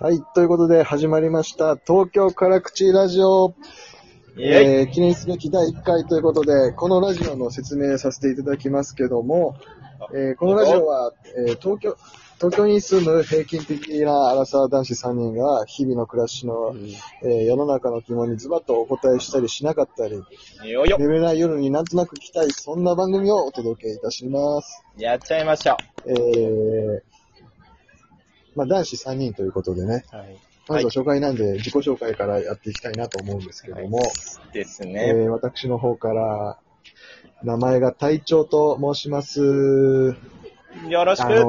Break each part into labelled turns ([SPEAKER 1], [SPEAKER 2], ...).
[SPEAKER 1] はい、ということで始まりました、東京辛口ラジオ。記念すべき第1回ということで、このラジオの説明させていただきますけども、このラジオは、東京に住む平均的なアラサー男子3人が日々の暮らしの、世の中の疑問にズバッとお答えしたりしなかったり、寝れない夜になんとなく来たい、そんな番組をお届けいたします。
[SPEAKER 2] やっちゃいましょ
[SPEAKER 1] う。男子3人ということでね、はい、まずは初回なんで自己紹介からやっていきたいなと思うんですけども、
[SPEAKER 2] ですね。
[SPEAKER 1] 私の方から名前が隊長と申します。
[SPEAKER 2] よろしく。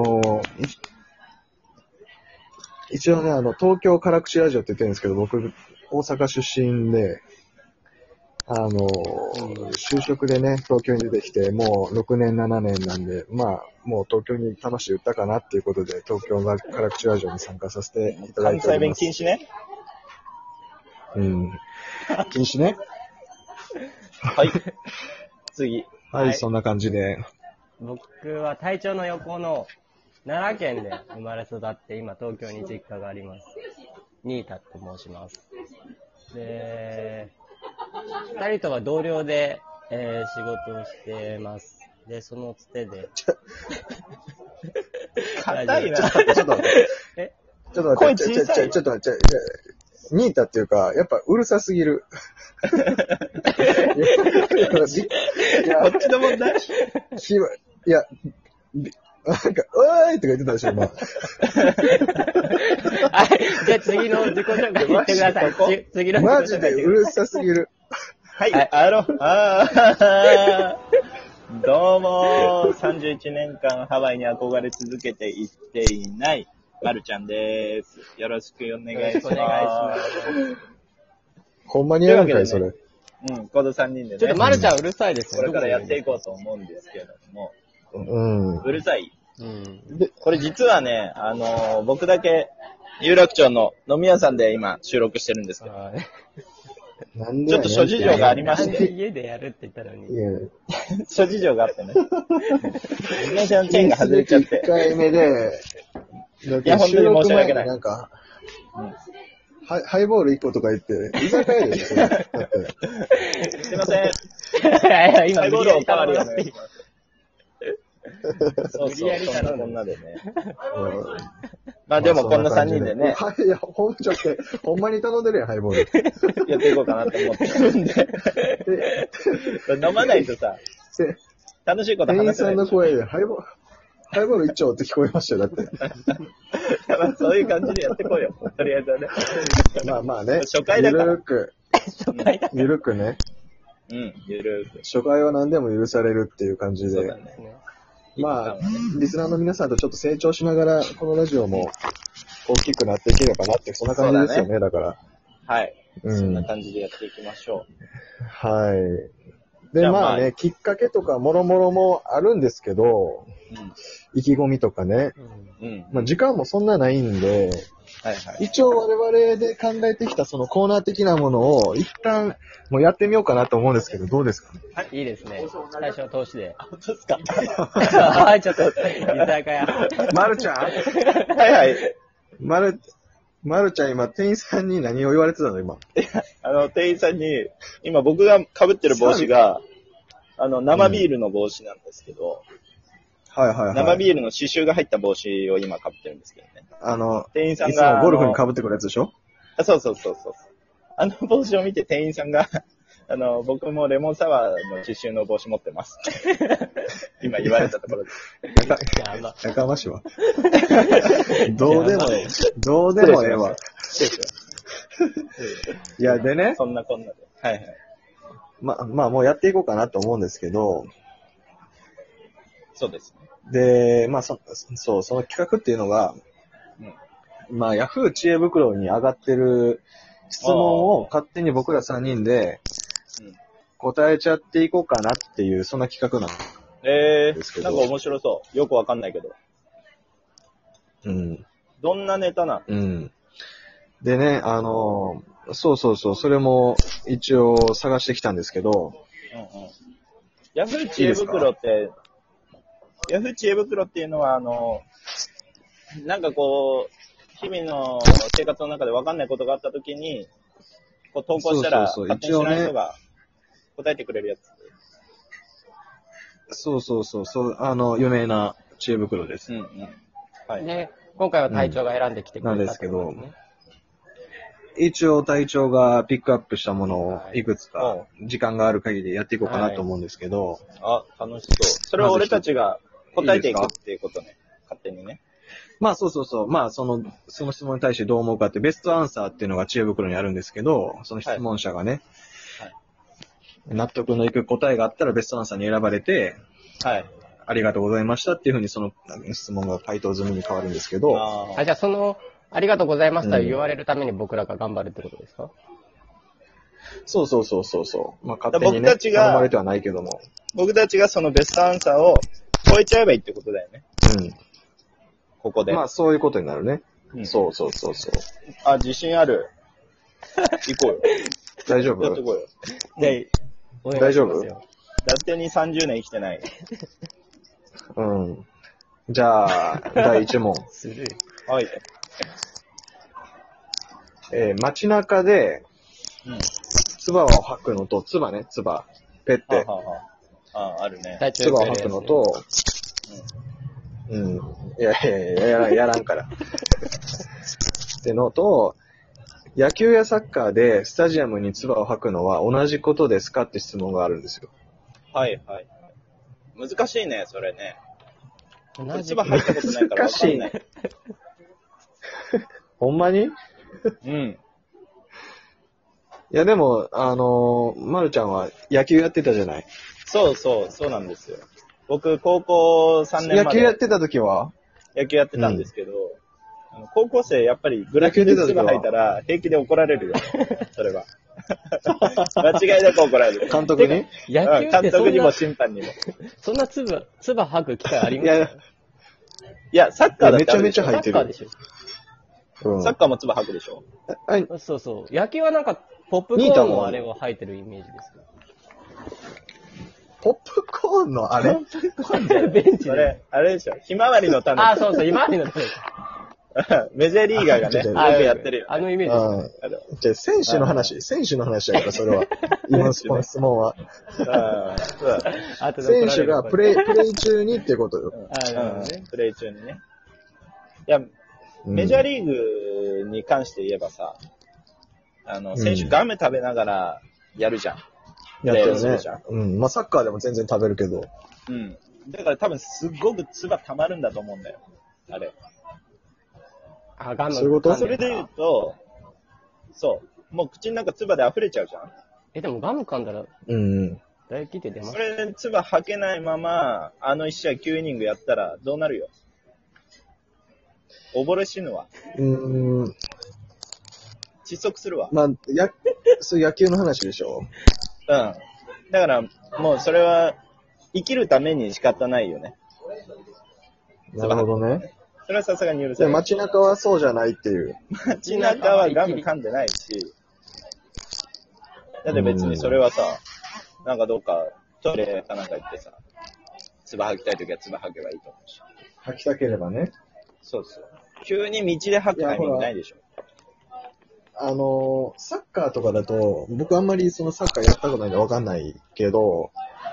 [SPEAKER 1] 一応ね、東京辛口ラジオって言ってるんですけど、僕、大阪出身で、就職でね、東京に出てきて、もう6年、7年なんで、もう東京に魂売ったかなっていうことで、東京辛口ラジオに参加させていただいております。
[SPEAKER 2] 関西弁禁止ね。
[SPEAKER 1] 禁止ね。
[SPEAKER 2] はい。次。
[SPEAKER 1] はい、そんな感じで。
[SPEAKER 3] 僕は隊長の横の奈良県で生まれ育って、今東京に実家があります。新田と申します。で、二人とは同僚で、仕事をしてます。で、そのつてで。
[SPEAKER 2] 硬いな。
[SPEAKER 1] ちょっと待って。ちょっと待って。ニータっていうか、やっぱうるさすぎる。
[SPEAKER 2] こっちの問題？
[SPEAKER 1] いや、なんか、おーいとか言ってたでしょ、今。
[SPEAKER 3] はい、じゃあ次の自己紹介言ってください。次の
[SPEAKER 1] マジでうるさすぎる。
[SPEAKER 2] はい、どうも、31年間ハワイに憧れ続けていっていない、まるちゃんです。よろしくお願いします。
[SPEAKER 1] ほんまにやるんかい、それ。
[SPEAKER 2] この3人でね。
[SPEAKER 3] ちょっとまるちゃんうるさいです
[SPEAKER 2] よ。これからやっていこうと思うんですけれども。うるさい。
[SPEAKER 3] で、
[SPEAKER 2] これ実はね、僕だけ、有楽町の飲み屋さんで今収録してるんですけど。ちょっと諸事情がありまして。
[SPEAKER 3] 家でやるって言ったのに。
[SPEAKER 2] 諸事情があってね。自転車のチェーンが外れちゃって。
[SPEAKER 1] 1回目で、
[SPEAKER 2] いや、本当に申し訳ない。
[SPEAKER 1] なんか、ハイボール1個とか言って、居酒屋でしょ、だって。
[SPEAKER 2] すいません。
[SPEAKER 3] 今、
[SPEAKER 2] ハイボールおかわりお願いします。そう、
[SPEAKER 3] そ
[SPEAKER 2] んなでね。でもこんな3人でね。
[SPEAKER 1] いや、ほんまに頼んでるやん、ハイボール。
[SPEAKER 2] やっていこうかなと思ってるんで。飲まないとさ、楽しいこと話せない。
[SPEAKER 1] 店員さんの声で、ハイボール1丁って聞こえましたよ、だって。
[SPEAKER 2] そういう感じでやってこいよ。とりあえずはね。
[SPEAKER 1] まあね。
[SPEAKER 2] 初回だから。
[SPEAKER 1] ゆるくね。
[SPEAKER 2] ゆるく。
[SPEAKER 1] 初回は何でも許されるっていう感じで。
[SPEAKER 2] そうだね。
[SPEAKER 1] リスナーの皆さんとちょっと成長しながら、このラジオも大きくなっていければなって、そんな感じですよね、だから。
[SPEAKER 2] はい。そんな感じでやっていきましょ
[SPEAKER 1] う。はい。で、きっかけとかもろもろもあるんですけど、意気込みとかね。時間もそんなないんで、一応我々で考えてきたそのコーナー的なものを一旦もうやってみようかなと思うんですけど、どうですかね。
[SPEAKER 3] はい、いいですね。最初は投資で。
[SPEAKER 2] 本当ですか？
[SPEAKER 3] はい、ちょっと、居酒屋。
[SPEAKER 1] まるちゃん？
[SPEAKER 2] はい。
[SPEAKER 1] まるちゃん今、店員さんに何を言われてたの今。
[SPEAKER 2] 店員さんに、今僕が被ってる帽子が、生ビールの帽子なんですけど、生ビールの刺繍が入った帽子を今被ってるんですけどね。店員さんが。
[SPEAKER 1] いつもゴルフに被ってくるやつでしょ？
[SPEAKER 2] そう。帽子を見て店員さんが、僕もレモンサワーの刺繍の帽子持ってます。今言われたところです。
[SPEAKER 1] やかましいわ。どうでもええわ。いや、でね。
[SPEAKER 2] そんなこんなで。はい。
[SPEAKER 1] もうやっていこうかなと思うんですけど。
[SPEAKER 2] そうです
[SPEAKER 1] ね。で、その企画っていうのが、ヤフー知恵袋に上がってる質問を勝手に僕ら3人で答えちゃっていこうかなっていう、そんな企画なんですけど。
[SPEAKER 2] なんか面白そう。よくわかんないけど。どんなネタな
[SPEAKER 1] の？でね、それも一応探してきたんですけど。
[SPEAKER 2] ヤフー知恵袋って、ヤフー知恵袋っていうのは、なんかこう、 日々の生活の中で分かんないことがあったときに、こう投稿したら、勝手に知らない人が答えてくれるやつ。
[SPEAKER 1] そう、有名な知恵袋です。
[SPEAKER 3] はい。で、今回は隊長が選んできてくれた、
[SPEAKER 1] なんですけど、一応隊長がピックアップしたものをいくつか時間がある限りやっていこうかなと思うんですけど。
[SPEAKER 2] 楽しそう。それを俺たちが答えていくっていうことね。勝手にね。
[SPEAKER 1] まあそう。まあその質問に対してどう思うかってベストアンサーっていうのが知恵袋にあるんですけど、その質問者がね、納得のいく答えがあったらベストアンサーに選ばれて、ありがとうございましたっていうふうにその質問が回答済みに変わるんですけど。
[SPEAKER 3] じゃあありがとうございましたと言われるために僕らが頑張るってことですか？
[SPEAKER 1] そう。まあ勝手にね、頼まれてはないけども。
[SPEAKER 2] 僕たちがそのベストアンサーを超えちゃえばいいってことだよね。ここで。
[SPEAKER 1] まあそういうことになるね。そう。
[SPEAKER 2] 自信ある。行こうよ。
[SPEAKER 1] 大丈夫？
[SPEAKER 2] やってこうよ。
[SPEAKER 1] 大丈夫？
[SPEAKER 2] 伊達に30年生きてない。
[SPEAKER 1] じゃあ、第1問。
[SPEAKER 3] する。
[SPEAKER 2] はい。
[SPEAKER 1] 街中で、唾を吐くのと、唾、ペッて。
[SPEAKER 2] あるね。
[SPEAKER 1] 唾を吐くのと、やらんから。ってのと、野球やサッカーでスタジアムに唾を吐くのは同じことですかって質問があるんですよ。
[SPEAKER 2] はい。難しいね、それね。唾吐いたことないから分かんない。
[SPEAKER 1] ほんまに？いやでも、まるちゃんは野球やってたじゃない。
[SPEAKER 2] そうなんですよ。僕、高校3年まで。
[SPEAKER 1] 野球やってた時は？
[SPEAKER 2] 野球やってたんですけど、高校生やっぱりグラフで唾吐いたら平気で怒られるよ。それは。間違いなく怒られる。
[SPEAKER 1] 監督に？
[SPEAKER 2] 監督にも審判にも。
[SPEAKER 3] そんな唾吐く機会ありますか？
[SPEAKER 2] いや、サッカーだって
[SPEAKER 1] めちゃめちゃ吐いてる。
[SPEAKER 3] サッカーでしょ。
[SPEAKER 2] サッカーも唾吐くでしょ。
[SPEAKER 3] そう。野球はなんか、ポップコーンのあれを吐いてるイメージです。
[SPEAKER 1] ポップコーンのあれ？
[SPEAKER 3] ベンチで。
[SPEAKER 2] あれでしょ。ひまわりの種。
[SPEAKER 3] そう、ひまわりの種。
[SPEAKER 2] メジャーリーガーがね、よくやってるよ。
[SPEAKER 3] あのイメー
[SPEAKER 1] ジ。じゃあ、選手の話だから、それは。今、その質問は。選手がプレイ中にってことよ。
[SPEAKER 2] プレイ中にね。いや、メジャーリーグに関して言えばさ、選手ガム食べながらやるじゃん。
[SPEAKER 1] やってるね。まあ、サッカーでも全然食べるけど。
[SPEAKER 2] だから多分すっごく唾溜まるんだと思うんだよ。あれ。
[SPEAKER 3] ガム。
[SPEAKER 1] そういうこと？
[SPEAKER 2] それで言うと、もう口の中唾で溢れちゃうじゃん。
[SPEAKER 3] でもガム噛んだら、唾液って出ます。
[SPEAKER 2] それで唾吐けないまま、1試合9イニングやったらどうなるよ。溺れ死ぬわ。窒息するわ。
[SPEAKER 1] まあ、そういう野球の話でしょ。
[SPEAKER 2] だから、もうそれは、生きるために仕方ないよね。
[SPEAKER 1] なるほどね。
[SPEAKER 2] それはさすがに許せない。
[SPEAKER 1] 街中はそうじゃないっていう。
[SPEAKER 2] 街中はガム噛んでないし、だって別にそれはさ、なんかどっかトイレかなんか行ってさ、唾吐きたいときは唾吐けばいいと思うし。
[SPEAKER 1] 吐きたければね。
[SPEAKER 2] そう。急に道で吐くタイミングないでしょ。
[SPEAKER 1] サッカーとかだと、僕あんまりそのサッカーやったことないんでわかんないけど、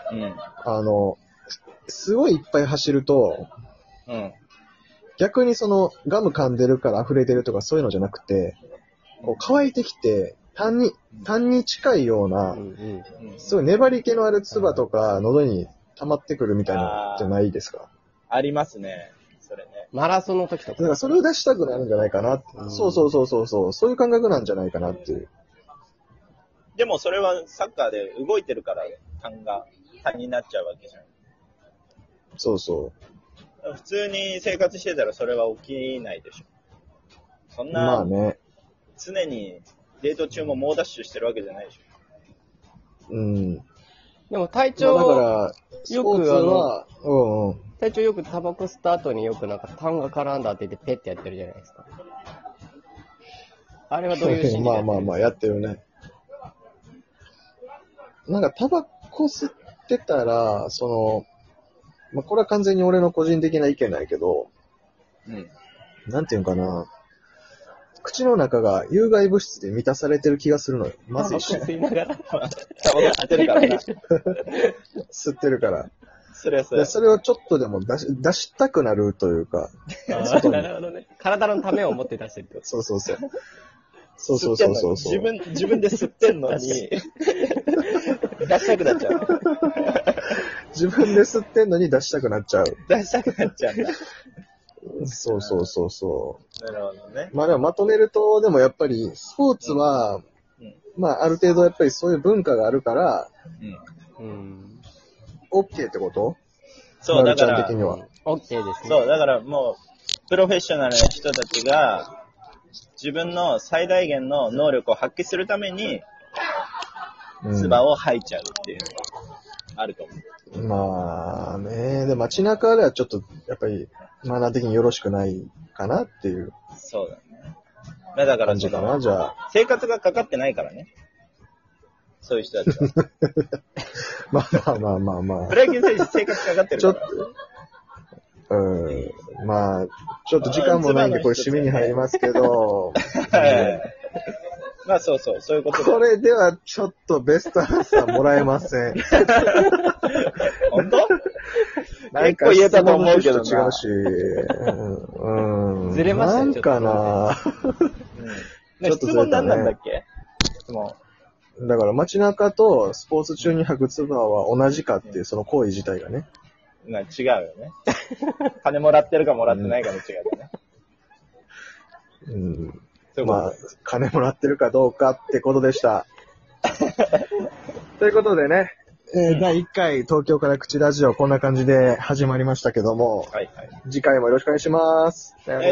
[SPEAKER 1] すごいいっぱい走ると、逆にそのガム噛んでるから溢れてるとかそういうのじゃなくて、こう乾いてきて、痰に近いような、すごい粘り気のある唾とか喉に溜まってくるみたいなのじゃないですか。
[SPEAKER 2] ありますね。それね。
[SPEAKER 3] マラソンの時とか。
[SPEAKER 1] だからそれを出したくなるんじゃないかな。そう。そういう感覚なんじゃないかなっていう。
[SPEAKER 2] でもそれはサッカーで動いてるから痰になっちゃうわけじゃん。
[SPEAKER 1] そう。
[SPEAKER 2] 普通に生活してたらそれは起きないでしょ。そんな、
[SPEAKER 1] まあね。
[SPEAKER 2] 常にデート中も猛ダッシュしてるわけじゃないでしょ。
[SPEAKER 3] でも体調、
[SPEAKER 1] だから、スポーツは、
[SPEAKER 3] 体調よくタバコ吸った後によくなんか痰が絡んだって言ってペッてやってるじゃないですか。あれはどういう心理で
[SPEAKER 1] まあ、やってるね。なんかタバコ吸ってたら、まあ、これは完全に俺の個人的な意見ないけど、なんていうんかな。 口の中が有害物質で満たされてる気がするのよ。まずいし。
[SPEAKER 3] 吸いながら。
[SPEAKER 2] タバコ吸ってるからな。
[SPEAKER 1] 吸ってるから。
[SPEAKER 2] それ
[SPEAKER 1] をちょっとでも出したくなるというか。
[SPEAKER 3] なるほどね。体のためを思って出してるってこと。
[SPEAKER 1] そう。自
[SPEAKER 2] 分で吸ってんのに、出したくなっちゃう。
[SPEAKER 1] 自分で吸ってんのに出したくなっちゃう。
[SPEAKER 2] 出したくなっちゃうんだ。
[SPEAKER 1] そう。
[SPEAKER 2] なるほどね。
[SPEAKER 1] まあでもまとめると、でもやっぱりスポーツは、まあある程度やっぱりそういう文化があるから、OK ってこと？
[SPEAKER 2] そう、だから、
[SPEAKER 1] 的には。
[SPEAKER 3] OK ですね。
[SPEAKER 2] そう、だからもう、プロフェッショナルな人たちが、自分の最大限の能力を発揮するために、唾を吐いちゃうっていうのがあると思う。
[SPEAKER 1] まあね、で街中ではちょっと、やっぱり、マナー的によろしくないかなっていう。
[SPEAKER 2] そうだね。だから、
[SPEAKER 1] じゃあ
[SPEAKER 2] 生活がかかってないからね。そういう人たちは。
[SPEAKER 1] まあ。
[SPEAKER 2] プロ野球選手生活かかってるから。
[SPEAKER 1] まあ、ちょっと時間もないんで、これ締めに入りますけど。
[SPEAKER 2] まあそういうこと。
[SPEAKER 1] これではちょっとベストアンサーもらえません。
[SPEAKER 2] 本当？結構言えたと思うけどな。
[SPEAKER 1] 違うし。
[SPEAKER 3] ずれましたね。
[SPEAKER 1] なんかな。
[SPEAKER 2] 質問何なんだっけ？質問。
[SPEAKER 1] だから街中とスポーツ中に吐く唾は同じかっていうその行為自体がね。
[SPEAKER 2] 違うよね。金もらってるかもらってないかの違うよね。
[SPEAKER 1] まあ、金もらってるかどうかってことでした。ということでね、第1回東京から口ラジオこんな感じで始まりましたけども、次回もよろしくお願いします。